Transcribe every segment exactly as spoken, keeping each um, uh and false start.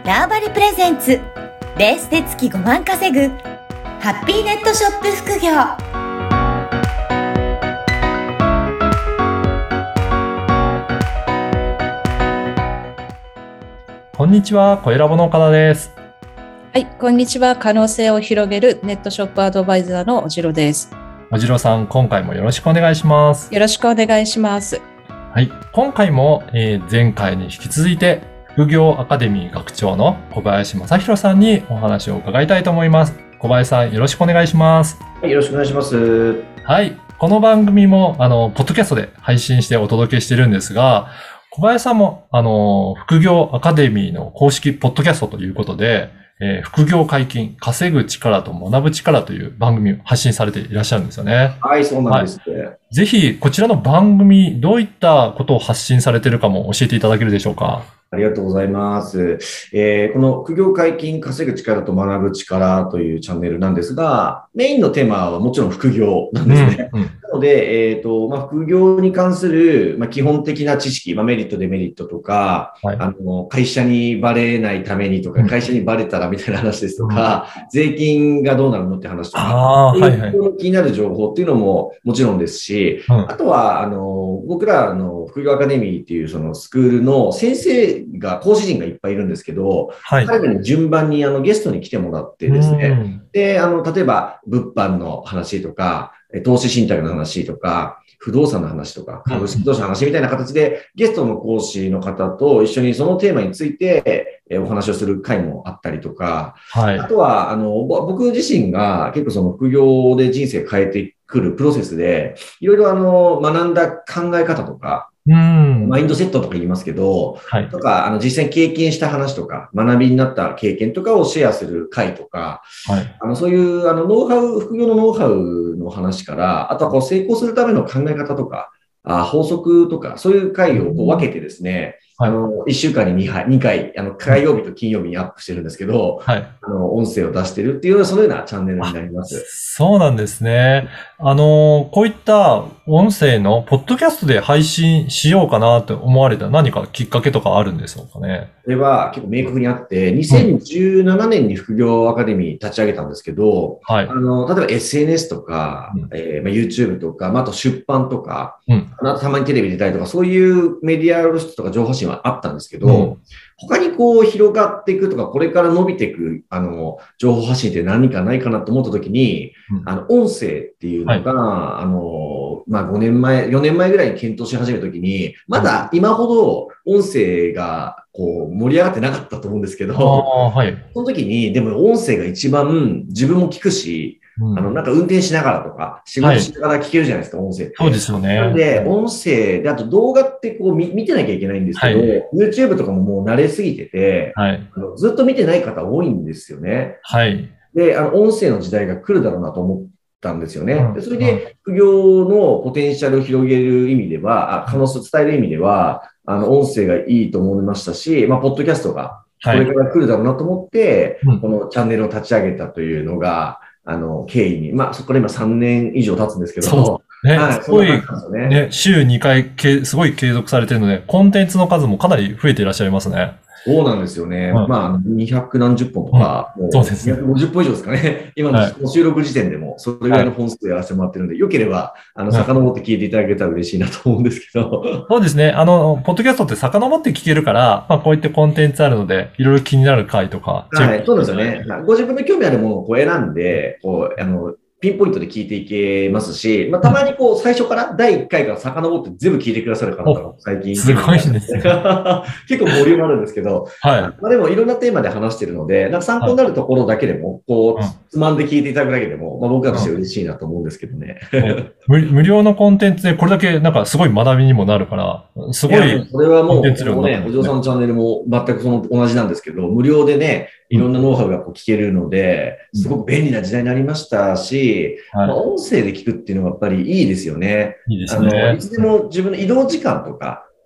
ターバリプレゼンツベースで月ごまん稼ぐハッピーネットショップ副業。 こんにちは、声ラボの岡田です。 はい、こんにちは。可能性を広げるネットショップアドバイザーのおじろです。 おじろさん、今回もよろしくお願いします。 よろしくお願いします。 はい、今回も、えー、前回に引き続いて副業アカデミー学長の小林正弘さんにお話を伺いたいと思います。小林さん、よろしくお願いします。 はい、よろしくお願いします。 はい、この番組もあのポッドキャストで配信してお届けしているんですが、小林さんもあの副業アカデミーの公式ポッドキャストということで、えー、副業解禁、稼ぐ力と学ぶ力という番組を発信されていらっしゃるんですよね。 はい、そうなんです、ね。 はい、ぜひ、こちらの番組、どういったことを発信されているかも教えていただけるでしょうか。 ありがとうございます。えー、この副業解禁、稼ぐ力と学ぶ力というチャンネルなんですが、メインのテーマはもちろん副業なんですね。うんうん、なので、えっと、まあ、副業に関する、まあ、基本的な知識、まあ、メリット、デメリットとか、はい、あの、会社にバレないためにとか、会社にバレたらみたいな話ですとか、うん、税金がどうなるのって話とか、はいはい、気になる情報っていうのももちろんですし、うん、あとは、あの、僕らの副業アカデミーっていうそのスクールの先生が、講師陣がいっぱいいるんですけど、はい、彼らに順番にあのゲストに来てもらってですね、で、あの、例えば物販の話とか、投資信託の話とか、不動産の話とか、株式投資の話みたいな形で、ゲストの講師の方と一緒にそのテーマについてお話をする会もあったりとか、はい、あとは、あの、僕自身が結構その副業で人生変えてくるプロセスで、いろいろあの、学んだ考え方とか、うん、マインドセットとか言いますけど、はい、とか、あの、実際に経験した話とか、学びになった経験とかをシェアする会とか、はい、あの、そういう、あの、ノウハウ、副業のノウハウの話から、あとはこう、成功するための考え方とか、あ法則とか、そういう会をこう分けてですね、うん、あの、いっしゅうかんににかい、あの、火曜日と金曜日にアップしてるんですけど、はい、あの、音声を出してるっていうような、そのようなチャンネルになります。 そうなんですね。あの、こういった音声のポッドキャストで配信しようかなと思われた何かきっかけとかあるんでしょうかね。 それは結構明確にあって、にせんじゅうななねんに副業アカデミー立ち上げたんですけど、はい、あの、例えば エスエヌエス とか、うんえーまあ、YouTube とか、まあ、あと出版とか、うん、あとたまにテレビ出たりとか、そういうメディア露出とか情報発信はあったんですけど、うん他にこう広がっていくとか、これから伸びていく、あの、情報発信って何かないかなと思ったときに、うん、あの、音声っていうのが、はい、あの、まあ、ごねんまえ、よねんまえぐらいに検討し始めたときに、まだ今ほど音声が、こう、盛り上がってなかったと思うんですけど、はい、その時に、でも音声が一番自分も聞くし、うん、あの、なんか運転しながらとか、仕事しながら聞けるじゃないですか、はい、音声って。 そうですよね。 なんで、音声で、あと動画ってこう見、見てなきゃいけないんですけど、はい、YouTube とかももう慣れすぎてて、はい、あのずっと見てない方多いんですよね。はい。で、あの、音声の時代が来るだろうなと思ったんですよね。うん、でそれで、副業のポテンシャルを広げる意味では、可能性を伝える意味では、あの、音声がいいと思いましたし、まあ、ポッドキャストが、これから来るだろうなと思って、はい、このチャンネルを立ち上げたというのが、あの、経緯に、まあ、そこから今さんねん以上経つんですけど、 そうね、はい、すごい、ね、ね、週にかいけ、すごい継続されてるので、コンテンツの数もかなり増えていらっしゃいますね。 そうなんですよね。うん、まあ、にひゃくなんじゅっぽんとか、うん、もうそうですね。にひゃくごじゅっぽん以上ですかね。今の収録時点でも、それぐらいの本数でやらせてもらってるので、はい、よければ、あの、遡って聞いていただけたら嬉しいなと思うんですけど。 そうですね。あの、ポッドキャストって遡って聞けるから、まあ、こういったコンテンツあるので、いろいろ気になる回とか。 はい、そうですよね。ご自分の興味あるものをこう選んで、こう、あの、ピンポイントで聞いていけますし、まあ、たまにこう、最初からだいいっかいから遡って全部聞いてくださる方が最近。 すごいんですね。 結構ボリュームあるんですけど、はい。まあ、でもいろんなテーマで話してるので、なんか参考になるところだけでも、こう、つまんで聞いていただくだけでも、まあ、僕らとして嬉しいなと思うんですけどね。 無, 無料のコンテンツでこれだけなんかすごい学びにもなるから、すごい。 それはもう、ね、お嬢さんのチャンネルも全くその同じなんですけど、無料でね、いろんなノウハウがこう聞けるので、すごく便利な時代になりましたし、はいまあ、音声で聞くっていうのがやっぱりいいですよね。 いいですね。 あの、いつでも自分の移動時間とか、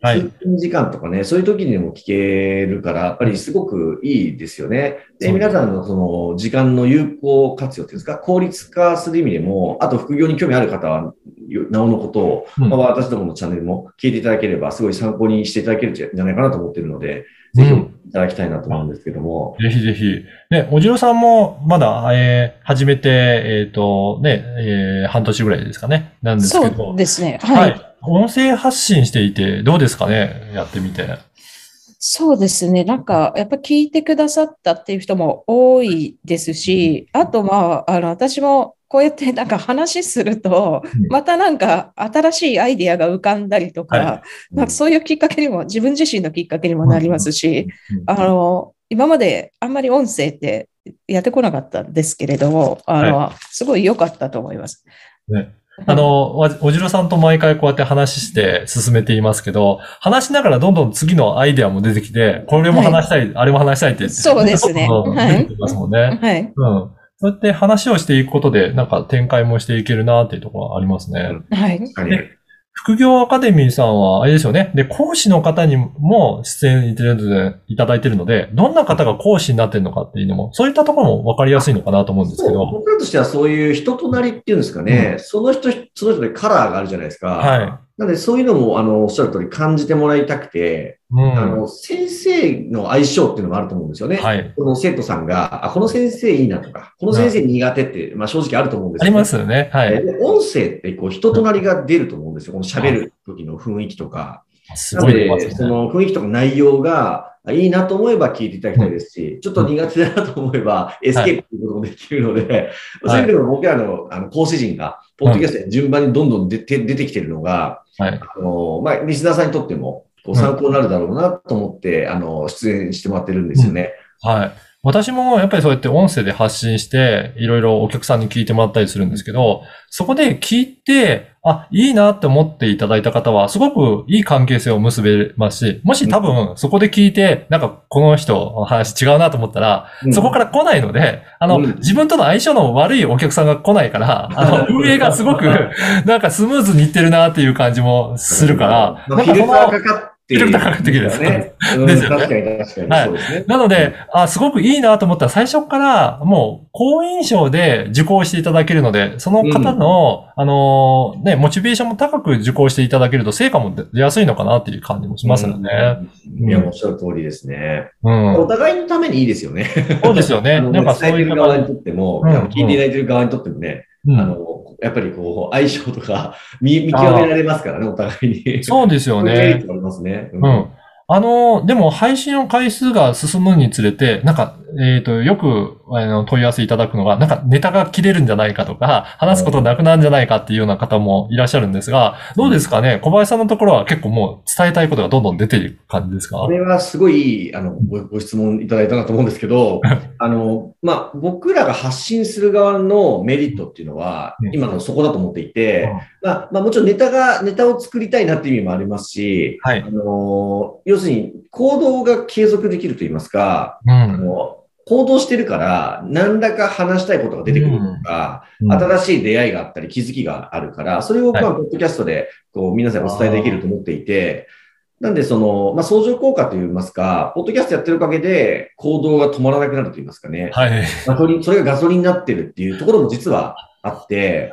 はい。 通勤時間とかね、そういう時にも聞けるから、やっぱりすごくいいですよね。で、 そうです皆さんのその時間の有効活用っていうんですか、効率化する意味でも、あと副業に興味ある方は、なおのことを、 うんまあ、私どものチャンネルも聞いていただければ、すごい参考にしていただけるんじゃないかなと思っているので、ぜひうんいただきたいなと思うんですけども。 ぜひぜひ。ね、おじろさんもまだ、えー、始めて、えっ、と、ね、えー、半年ぐらいですかね。なんですけそど。 うですね。 は。 はいい。 音声発信していて、どうですかねやってみて。 そうですね。なんか、やっぱ聞いてくださったっていう人も多いですし、あと、まあ、あの、私もこうやってなんか話すると、 うんまたなんか新しいアイディアが浮かんだりとか、 はなんかそういうきっかけにも、自分自身のきっかけにもなりますし、 うんあの、今まであんまり音声ってやってこなかったんですけれども、あの、すごい良かったと思います。 ね。あの、わおじろさんと毎回こうやって話して進めていますけど、話しながらどんどん次のアイデアも出てきて、これも話したい、あれも話したいって言って、 そうですねどんどん出てきますもんね。 はい。 うん。そうやって話をしていくことで、なんか展開もしていけるなっていうところがありますね。 はい。 確かに。 で副業アカデミーさんは、あれですよね。で、講師の方にも出演いただいているので、どんな方が講師になっているのかっていうのも、そういったところも分かりやすいのかなと思うんですけそうど。 僕らとしてはそういう人となりっていうんですかね、その人、その人でカラーがあるじゃないですか。 はい。 なのでそういうのも、あの、おっしゃる通り感じてもらいたくて、 うん。 あの、先生の相性っていうのもあると思うんですよね。 はい。 この生徒さんが、あ、この先生いいなとか、この先生苦手って、まあ正直あると思うんですよ、ね。 ありますよね。はい。 で音声ってこう人となりが出ると思うんですよ。この喋る時の雰囲気とか。 すごい出ますなので、そね。 の雰囲気とか内容がいいなと思えば聞いていただきたいですし、ちょっと苦手だなと思えばエスケープすることもできるので、そういう意味でも僕らのあの講師陣が、ポッドキャストで順番にどんどん出て出てきているのが、 はい。 あの、まあ、リスナーさんにとってもこう参考になるだろうなと思って、あの、出演してもらってるんですよね。 はい。私もやっぱりそうやって音声で発信して、いろいろお客さんに聞いてもらったりするんですけど、そこで聞いて、あ、いいなって思っていただいた方は、すごくいい関係性を結べますし、もし多分そこで聞いて、なんかこの人の話違うなと思ったら、 うん、 そこから来ないので、あの、 うん、 自分との相性の悪いお客さんが来ないから、あの、運営がすごく、なんかスムーズにいってるなっていう感じもするから、 まあ、フィルターかかってフィルターかかってきるんですね。うん、 ですよね。 確かに確かに。 はい。 そうですね。 なので、あ、すごくいいなと思ったら最初からもう好印象で受講していただけるので、その方の、うん、あのね、モチベーションも高く受講していただけると成果も出やすいのかなっていう感じもしますよね。 うん、いや、おっしゃる通りですね。 うん。 お互いのためにいいですよね。 そうですよね。 なんかそういう側にとっても、うん、聞いていただいている側にとってもね、うん、あの、やっぱりこう、相性とか見、見極められますからね、お互いに。 そうですよね。 メリットありますね。 うん。うんあの、でも配信の回数が進むにつれて、なんか、えっと、よく、あの、問い合わせいただくのが、なんかネタが切れるんじゃないかとか、話すことなくなるんじゃないかっていうような方もいらっしゃるんですが、どうですかね小林さんのところは結構もう伝えたいことがどんどん出ている感じですか？ これはすごい、あの、ご、ご質問いただいたなと思うんですけど、あの、まあ、僕らが発信する側のメリットっていうのは、今のそこだと思っていて、まあ、まあ、もちろんネタが、ネタを作りたいなっていう意味もありますし、 はい。 あの、要するに行動が継続できると言いますか、 うん、 あの行動してるから、何らか話したいことが出てくるとか、うんうん、新しい出会いがあったり気づきがあるから、それを、まあ、ポッドキャストで、こう、皆さんにお伝えできると思っていて、なんで、その、まあ、相乗効果といいますか、ポッドキャストやってるおかげで、行動が止まらなくなると言いますかね。 はい。 ガソリン、それがガソリンになってるっていうところも実はあって、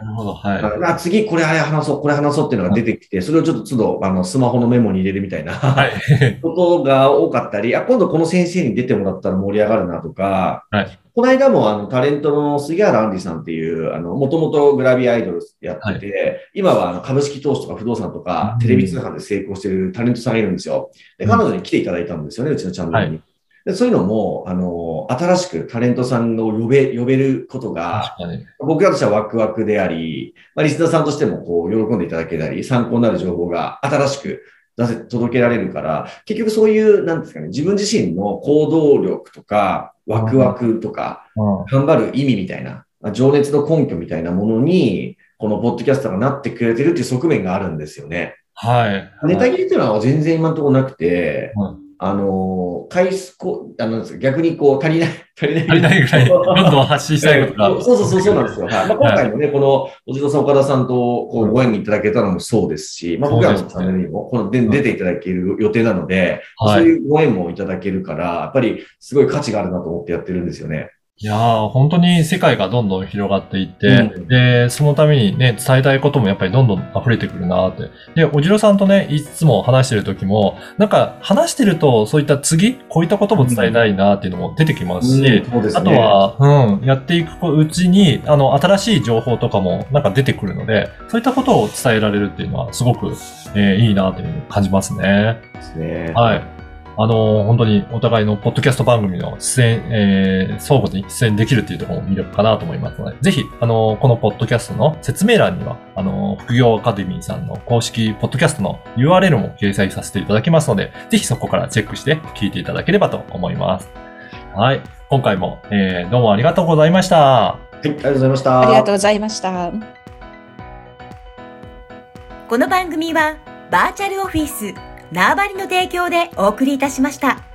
なるほど、はい。 あ次、これあれ話そう、これ話そうっていうのが出てきて、それをちょっと都度、あの、スマホのメモに入れるみたいな、はい、ことが多かったり、あ、今度この先生に出てもらったら盛り上がるなとか、はい、この間もあの、タレントの杉原杏里さんっていう、あの、もともとグラビアアイドルやってて、はい、今はあの株式投資とか不動産とか、テレビ通販で成功してるタレントさんがいるんですよ。で、彼女に来ていただいたんですよね、うちのチャンネルに。はいでそういうのも、あの、新しくタレントさんを呼べ、呼べることが、僕らとしてはワクワクであり、まあ、リスナーさんとしてもこう、喜んでいただけたり、参考になる情報が新しく出せ、届けられるから、結局そういう、なんですかね、自分自身の行動力とか、ワクワクとか、頑張る意味みたいな、情熱の根拠みたいなものに、このポッドキャスターがなってくれてるっていう側面があるんですよね。 はい。 ネタ切りっていうのは全然今のところなくて、うんあの、回数、こう、あの、逆にこう、足りない、足りない。 足りないぐらい、どんどん発信したいことが。 そうそうそう、そうなんですよ。はい。まあ、今回もね、この、おじとさん、岡田さんとこうご縁いただけたのもそうですし、まあ、僕らのチャンネルにも、こので出ていただける予定なので、そういうご縁もいただけるから、やっぱりすごい価値があるなと思ってやってるんですよね。 いやー、本当に世界がどんどん広がっていって、 うん、 で、そのためにね、伝えたいこともやっぱりどんどん溢れてくるなーって。で、おじろさんとね、いつも話してる時も、なんか話してると、そういった次、こういったことも伝えたいなーっていうのも出てきますし、 うんそうですね、 あとは、うん、やっていくうちに、あの、新しい情報とかもなんか出てくるので、そういったことを伝えられるっていうのは、すごく、えー、いいなというふうに感じますね。 ですね。 はい。あの、本当にお互いのポッドキャスト番組の出演、えー、相互に出演できるっていうところも魅力かなと思いますので、ぜひ、あの、このポッドキャストの説明欄には、あの、副業アカデミーさんの公式ポッドキャストの ユーアールエル も掲載させていただきますので、ぜひそこからチェックして聞いていただければと思います。はい。今回も、えー、どうもありがとうございました。 はい、ありがとうございました。 ありがとうございました。 この番組は、バーチャルオフィス、縄張りの提供でお送りいたしました。